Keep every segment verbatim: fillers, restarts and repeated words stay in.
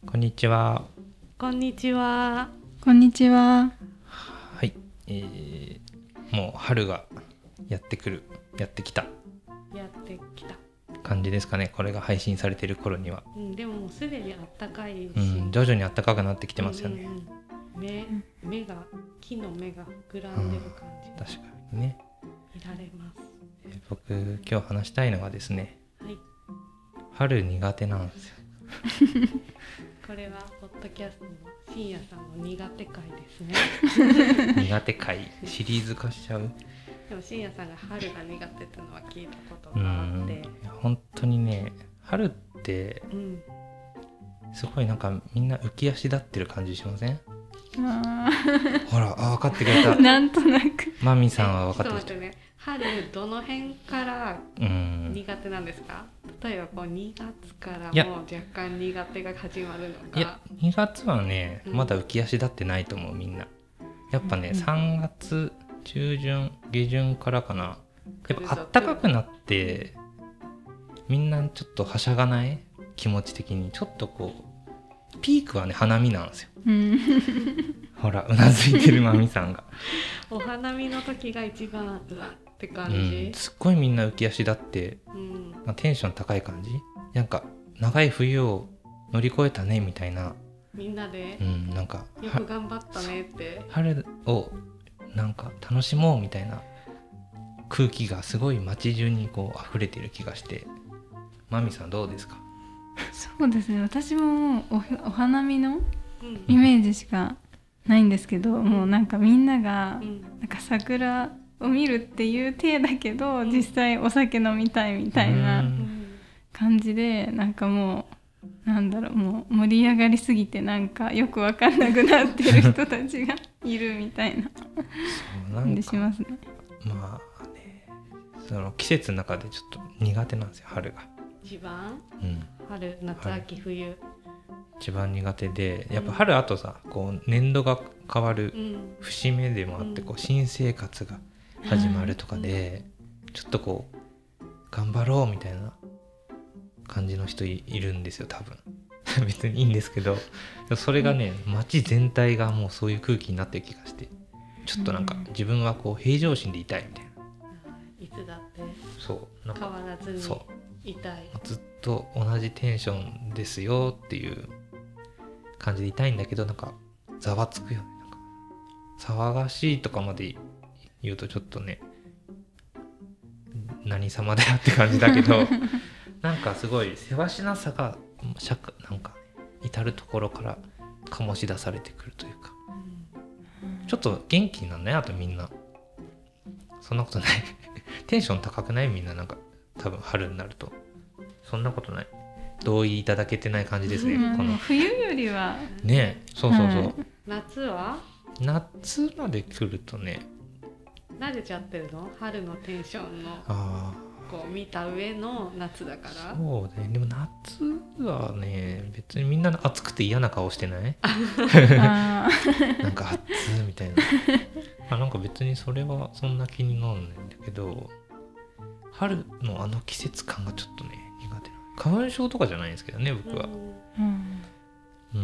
こんにちは。 こんにちは。 こんにちは。 はい、えー、もう春がやってくる、やってきたやってきた感じですかね。これが配信されている頃には、 うん、でももうすでにあったかいし、 うん、徐々に暖かくなってきてますよね。 うんうんうん、目、目が木の芽が膨らんでる感じ、 うん、確かにね。 見られます。 えー、僕今日話したいのはですね、 はい、 春苦手なんですよ。 これはポッドキャストの深夜さんの苦手会ですね。 苦手会シリーズ化しちゃう。 でも深夜さんが春が苦手っていうのは聞いたことがあって、 うん、いや本当にね、春ってすごいなんかみんな浮き足立ってる感じしません？ あほら、あ、分かってくれた。 なんとなくマミさんは分かってる人。 ね、春どの辺から苦手なんですか？例えばこうにがつからもう若干苦手が始まるのか。 いや、にがつはね、まだ浮き足立ってないと思う、みんな。やっぱね、うん、さんがつ中旬下旬からかな。やっぱあったかくなってみんなちょっとはしゃがない？気持ち的にちょっとこうピークはね、花見なんですよ。ほら、うなずいてるまみさんが。 お花見の時が一番うわって感じ、 うん、すっごいみんな浮き足立って、うんまあ、テンション高い感じ。なんか長い冬を乗り越えたねみたいな、 みんなで、 うん、なんかよく頑張ったねって、 春をなんか楽しもうみたいな空気がすごい街中にこう溢れてる気がして。マミさんどうですか？ そうですね、私も お, お花見のイメージしかないんですけど、うん、もうなんかみんながなんか桜を見るっていう体だけど、うん、実際お酒飲みたいみたいな感じで、なんかもうなんだろう、もう盛り上がりすぎてなんかよく分かんなくなってる人たちがいるみたいな感じしますね。 まあね、その季節の中でちょっと苦手なんですよ、春が一番、 うん、 春夏秋冬一番苦手で、やっぱ春あとさ、こう年度が変わる節目でもあって、こう新生活が始まるとかで、ちょっとこう頑張ろうみたいな感じの人 い, いるんですよ、多分。別にいいんですけど、それがね、街全体がもうそういう空気になってる気がして、ちょっとなんか自分はこう平常心でいたいみたいな、 いつだってそうなんか変わらずにいたい、 ずっと同じテンションですよっていう感じでいたいんだけど、なんかざわつくよね。なんか騒がしいとかまで言うとちょっとね、何様だよって感じだけどなんかすごいせわしなさがなんか至るところから醸し出されてくるというか、うん、ちょっと元気になるね。あとみんなそんなことないテンション高くない？みんななんか多分春になるとそんなことない。同意いただけてない感じですね、 うん、 この冬よりはね。そうそうそう、はい、 夏は夏まで来るとね、 慣れちゃってるの？春のテンションのあこう見た上の夏だから。 そうね。でも夏はね、別にみんな暑くて嫌な顔してないなんか暑いみたいなあ、なんか別にそれはそんな気にならないんだけど、春のあの季節感がちょっとね苦手な。花粉症とかじゃないんですけどね、僕は。うん、うん、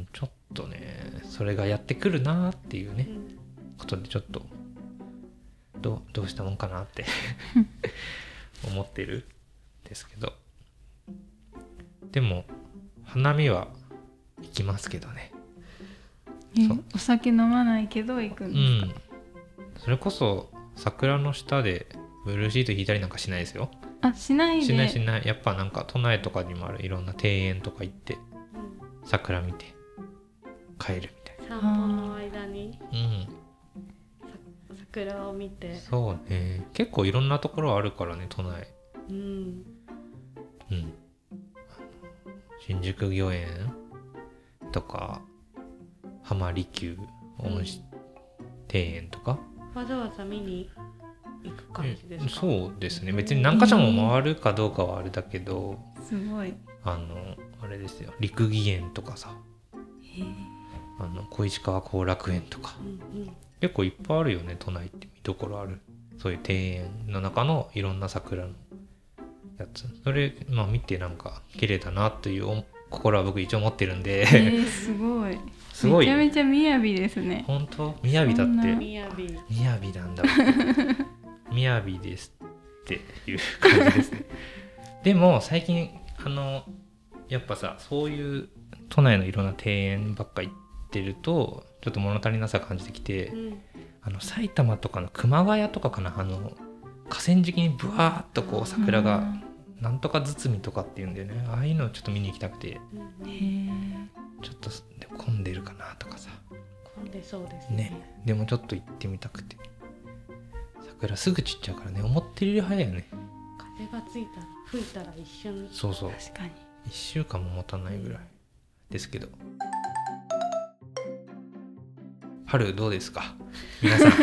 ちょっとねそれがやってくるなっていうね、うん、ことでちょっとどう、どうしたもんかなって思ってるんですけど、でも花見は行きますけどね。 お酒飲まないけど行くんですか？ うん、それこそ桜の下でブルーシート引いたりなんかしないですよ。 あ、しないで。 しないしない。やっぱなんか都内とかにもあるいろんな庭園とか行って桜見て帰るみたいな。 散歩の間に、 うん、 桜を見て。 そうね、結構いろんなところあるからね、都内。うん、うん、新宿御苑とか浜離宮恩賜庭園とか、 わざわざ見に行く感じですか？そうですね。別に何か所も回るかどうかはあれだけど、 すごい。 あのあれですよ、六義園とかさ、あの小石川後楽園とか、うんうん、結構いっぱいあるよね、都内って見どころある。そういう庭園の中のいろんな桜のやつ、それ、まあ、見てなんか綺麗だなという心は僕一応持ってるんで、えー、すごいすごいめちゃめちゃみやびですね。 本当みやびだってみやびみやびなんだみやびですっていう感じですねでも最近あのやっぱさそういう都内のいろんな庭園ばっか行ってるとちょっと物足りなさ感じてきて、うん、あの埼玉とかの熊谷とかかなあの河川敷にブワーっとこう桜がなんとか包みとかっていうんでねああいうのをちょっと見に行きたくて、うん、へちょっと混んでるかなとかさ混んでそうですね。 ねでもちょっと行ってみたくて桜すぐ散っちゃうからね思ってるより早いよね。 風がついたら吹いたら一瞬そうそう確かにいっしゅうかんも持たないぐらいですけど春どうですか皆さん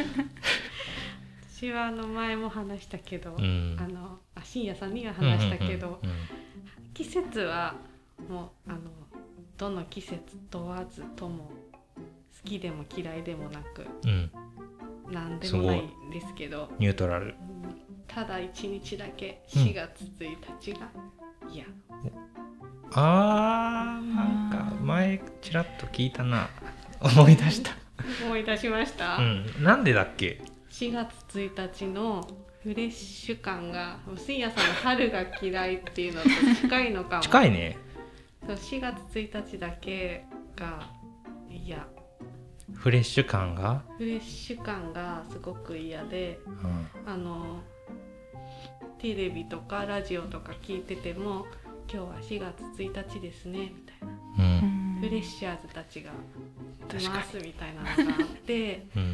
私はあの前も話したけど、うん、あの深夜さんには話したけど、うんうんうんうん、季節はもうあのどの季節問わずとも好きでも嫌いでもなく、うん、なんでもないんですけどニュートラル、 うん、ただいちにちだけしがつついたちが嫌、うん、 あーなんか前ちらっと聞いたな思い出した思い出しました、 うん、なんでだっけしがつついたちのフレッシュ感が深夜さんの春が嫌いっていうのと近いのかも近いね。 しがつついたちだけが嫌フレッシュ感がフレッシュ感がすごく嫌で、うん、あのテレビとかラジオとか聞いてても今日はしがつついたちですねみたいな、うん、フレッシャーズたちがいますみたいなのがあってうん、うん、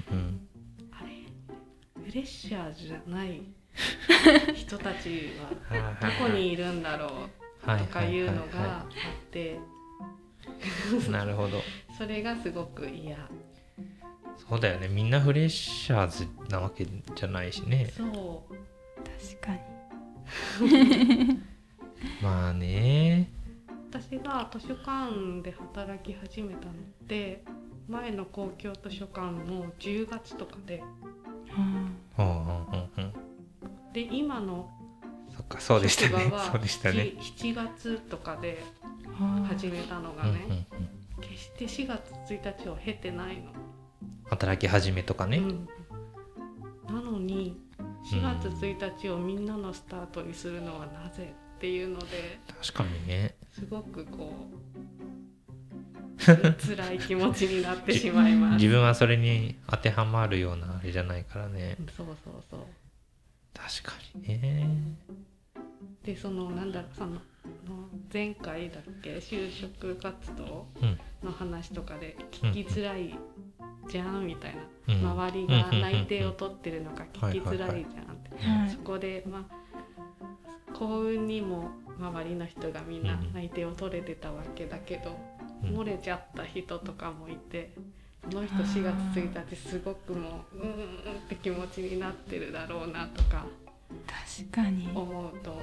あれフレッシャーズじゃない人たちはどこにいるんだろうとかいうのがあってなるほどそれがすごく嫌。 そうだよねみんなフレッシャーズなわけじゃないしね。 そう確かにまあね私が図書館で働き始めたのって前の公共図書館のじゅうがつとかで、うんうんうん、で今のそっかそうでしたねそうでしたねしちがつとかで始めたのがね、うんうんうん、決してしがつついたちを経てないの働き始めとかね、うん、 なのにしがつついたちをみんなのスタートにするのはなぜっていうので確かにねすごくこう辛い気持ちになってしまいます自分はそれに当てはまるようなあれじゃないからね。 そうそうそう確かにね。 でそのなんだろうその前回だっけ就職活動の話とかで聞きづらいじゃんみたいな、うん、周りが内定を取ってるのが聞きづらいじゃんって、はいはい、そこでまあ幸運にも周りの人がみんな内定を取れてたわけだけど、うん、漏れちゃった人とかもいてその人しがつついたちすごくもううーんって気持ちになってるだろうなとか確かに思うと、うん、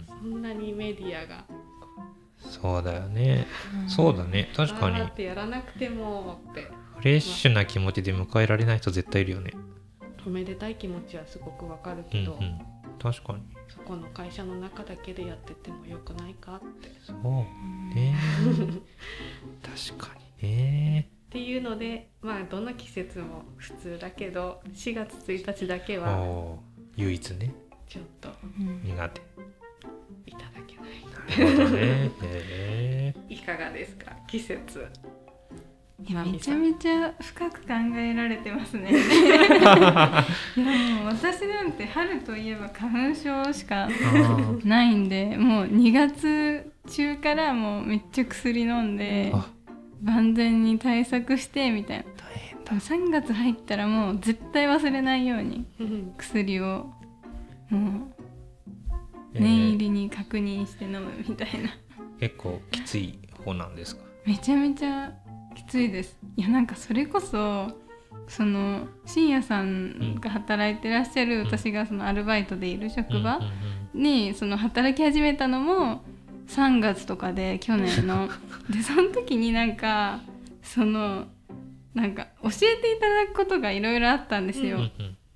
そんなにメディアがそうだよね、うん、そうだね確かにだってやらなくてもってフレッシュな気持ちで迎えられない人絶対いるよね。 おめでたい気持ちはすごくわかるけど、うんうん、 確かにそこの会社の中だけでやっててもよくないかってそうね確かにねっていうのでまあどの季節も普通だけどしがつついたちだけは唯一ねちょっと苦手いただけないなるほどねへいかがですか季節。 めちゃめちゃ深く考えられてますねいやもう私なんて春といえば花粉症しかないんでもうにがつ中からもうめっちゃ薬飲んで万全に対策してみたいな。大変だ。さんがつ入ったらもう絶対忘れないように薬をもう念入りに確認して飲むみたいな、 えー、結構きつい方なんですか。 めちゃめちゃきついです。いやなんかそれこそその深夜さんが働いてらっしゃる、うん、私がそのアルバイトでいる職場にその働き始めたのもさんがつとかで去年のでその時になんかそのなんか教えていただくことがいろいろあったんですよ、うんうん、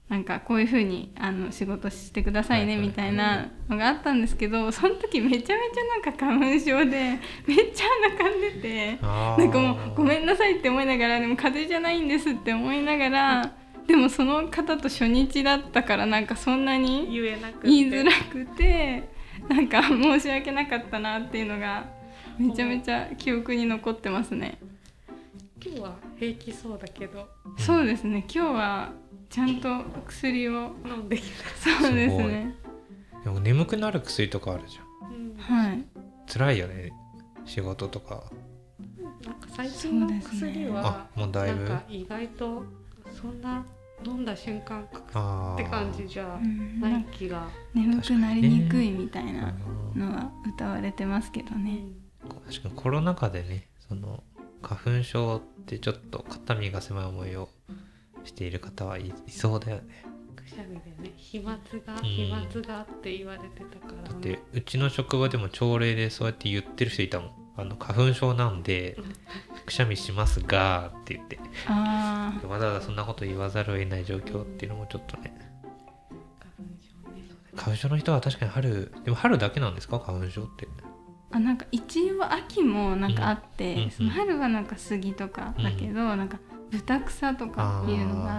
なんかこういう風にあの仕事してくださいねみたいなのがあったんですけど、その時めちゃめちゃなんか花粉症でめっちゃ鼻かんでて、なんかもうごめんなさいって思いながら、でも風邪じゃないんですって思いながら、でもその方と初日だったからなんかそんなに言えなくて言いづらくて、なんか申し訳なかったなっていうのがめちゃめちゃ記憶に残ってますね。 今日は平気そうだけど。 そうですね、今日はちゃんと薬を飲んできた。そうですね。 でも眠くなる薬とかあるじゃん、 うん、 はい辛いよね仕事とか。 なんか最近の薬は、 ね、もうだいぶなんか意外とそんな飲んだ瞬間って感じじゃない気が、 うん、眠くなりにくいみたいなのは歌われてますけどね。 確かにコロナ禍でね、その花粉症ってちょっと肩身が狭い思いをしている方はい、いそうだよね。 くしゃみでね、飛沫が飛沫がって言われてたから、ね、 だってうちの職場でも朝礼でそうやって言ってる人いたもん。あの花粉症なんでくしゃみしますがって言って、 あわざわざそんなこと言わざるを得ない状況っていうのもちょっとね、 花粉症ね。 花粉症の人は確かに春、でも春だけなんですか花粉症って。 あ、なんか一応秋もなんかあって、 うんうんうん、 その春はなんか杉とかだけど、うん、なんか豚草とかっていうのがあって、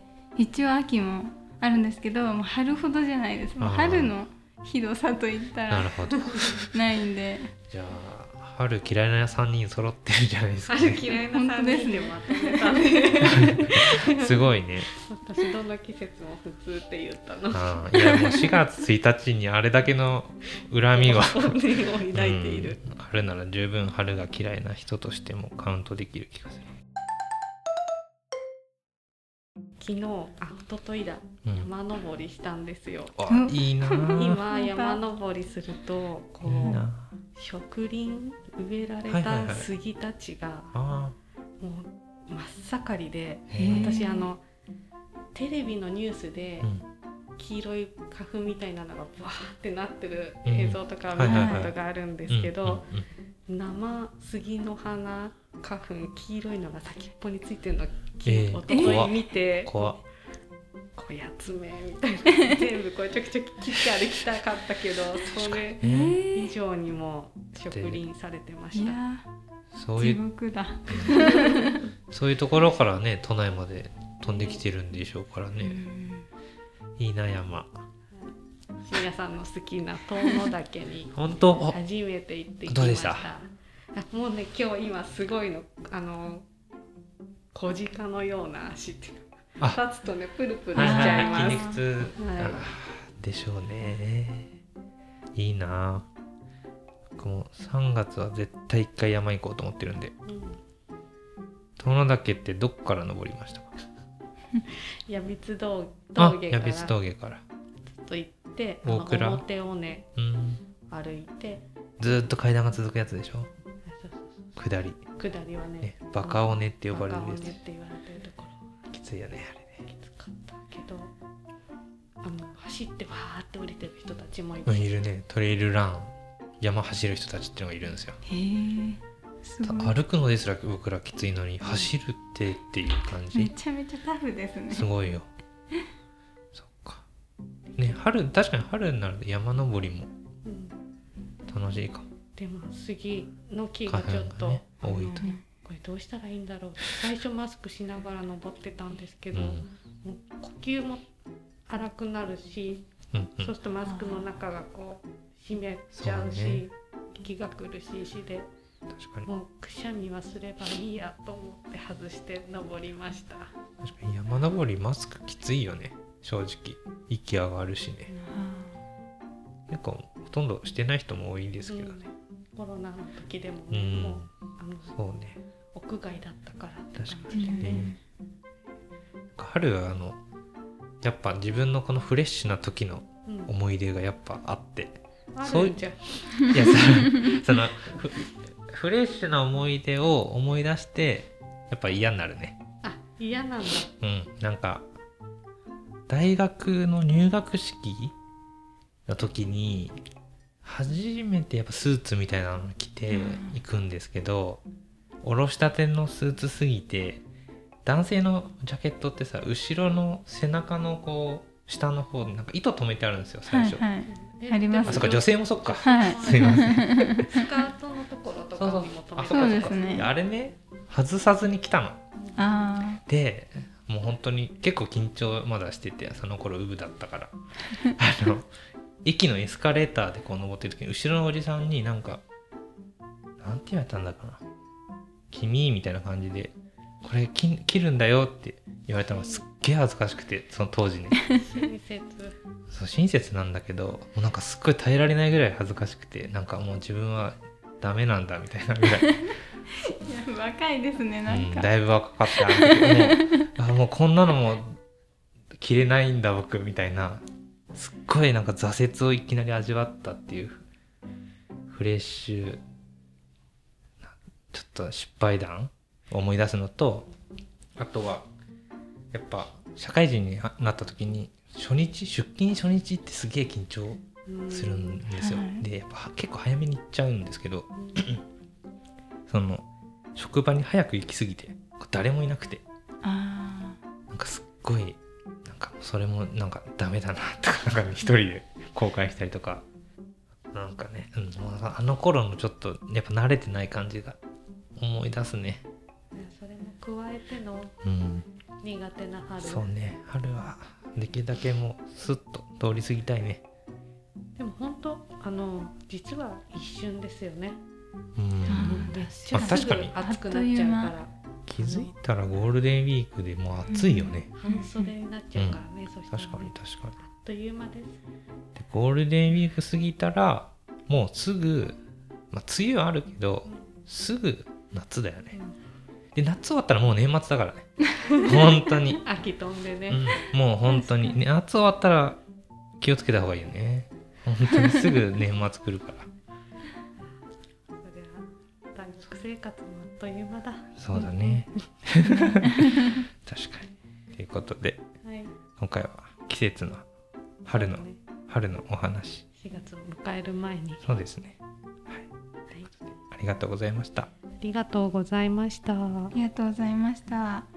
一応秋もあるんですけど、もう春ほどじゃないです。もう春のひどさといったらなるほどないんで。 じゃあ春嫌いなさんにん揃ってるじゃないですか、ね、 春嫌いなさんにんでまとめたねすごいね。 私どの季節も普通って言ったの。 あ、いやもうしがつついたちにあれだけの恨みは抱いている、 うん、春なら十分春が嫌いな人としてもカウントできる気がする。 昨日、あ、一昨日だ、うん、山登りしたんですよ。 あ、いいな。 今山登りするとこういいな、植林植えられた杉たちがもう真っ盛りで、私あのテレビのニュースで黄色い花粉みたいなのがバーってなってる映像とか見たことがあるんですけど、生杉の花花粉黄色いのが先っぽについてるのをおととい見て、 怖っこやつめみたいな全部こうちょきちょき切って歩きたかったけどそれ以上にも植林されてました。いやそういう地獄だそういうところからね都内まで飛んできてるんでしょうからね。いいな山。 深夜さんの好きな遠野岳に本当初めて行ってきました。もうね今日今すごいの、あの小鹿のような足っていうか立つとねプルプルしちゃいます。 筋肉痛、はい、でしょうね。いいな。僕もさんがつは絶対一回山行こうと思ってるんで、うん、遠野岳ってどこから登りましたか？ 矢光峠から矢光峠からちょっと行って表をね、うん、歩いてずっと階段が続くやつでしょ。下り下りは ね, ねバカ尾根って呼ばれるやつ。 バカ尾根って言われてるところきついよねあれね。 きつかったけどあの走ってわーって降りてる人たちもいて、うん、いるね。トレイルラン山走る人たちっていうのがいるんですよ。 へーすごい。 歩くのですら僕らきついのに走るってっていう感じ。 めちゃめちゃタフですね。 すごいよ。そっかね。春確かに春になると山登りも楽しいかも。 でも杉の木がちょっと、ね、 多いと、 ね、これどうしたらいいんだろう。最初マスクしながら登ってたんですけど、うん、もう呼吸も荒くなるし、うんうん、そうするとマスクの中がこう湿っちゃうし、ね、息が苦しいしで、 確かにもうくしゃみはすればいいやと思って外して登りました。 確かに山登りマスクきついよね。正直息上がるしね、うん、結構ほとんどしてない人も多いですけどね、 うん、コロナの時でもね、うん、もうあのそうね屋外だったからって感じで確かにね。春はあのやっぱ自分のこのフレッシュな時の思い出がやっぱあって、 うん、そういやそのフ, フレッシュな思い出を思い出してやっぱ嫌になるね。 あ、嫌なんだ。 うん、なんか大学の入学式の時に初めてやっぱスーツみたいなの着て行くんですけど、うん、おろしたてのスーツすぎて男性のジャケットってさ後ろの背中のこう下の方になんか糸止めてあるんですよ最初、 はいはい、あります。 あそっか女性もそっか、 はい、 すいませんスカートのところとかにも止めてそうですね。 あれね外さずに来たの。 あでもう本当に結構緊張まだしててその頃ウブだったからあの駅のエスカレーターでこう登ってる時に後ろのおじさんになんかなんて言われたんだかな君みたいな感じでこれ切るんだよって言われたのがすっげえ恥ずかしくてその当時ね親切そう親切なんだけどもうなんかすっごい耐えられないぐらい恥ずかしくてなんかもう自分はダメなんだみたいなぐらいいや若いですねなんか、 うん、だいぶ若かったもうあもうこんなのも着れないんだ僕みたいなすっごいなんか挫折をいきなり味わったっていうフレッシュちょっと失敗談を思い出すのとあとはやっぱ社会人になった時に初日出勤初日ってすげえ緊張するんですよ、はい、でやっぱ結構早めに行っちゃうんですけどその職場に早く行き過ぎて誰もいなくてあなんかすっごいなんかそれもなんかダメだなとかなんか一人で後悔したりとかなんかね、うん、あの頃のちょっとやっぱ慣れてない感じが思い出すね。 それも加えての苦手な春、 うん、そうね春はできるだけもうスッと通り過ぎたいね。 でも本当あの実は一瞬ですよね。 うんめっちゃすぐ暑くなっちゃうから、 気づいたらゴールデンウィークでもう暑いよね、 うん、半袖になっちゃうからね、うん、そしたらね確かに確かにあっという間です。でゴールデンウィーク過ぎたらもうすぐ、まあ、梅雨はあるけど、うん、すぐ夏だよね、うん、で夏終わったらもう年末だからね本当に秋飛んでね、 うん、もう本当に、ね、夏終わったら気をつけた方がいいよね本当にすぐ年末来るから大学生活もあっという間だ。 そうだね確かにということで、はい、今回は季節の春の、ね、春のお話しがつを迎える前にそうですね、はいはい、ありがとうございました。ありがとうございました。 ありがとうございました。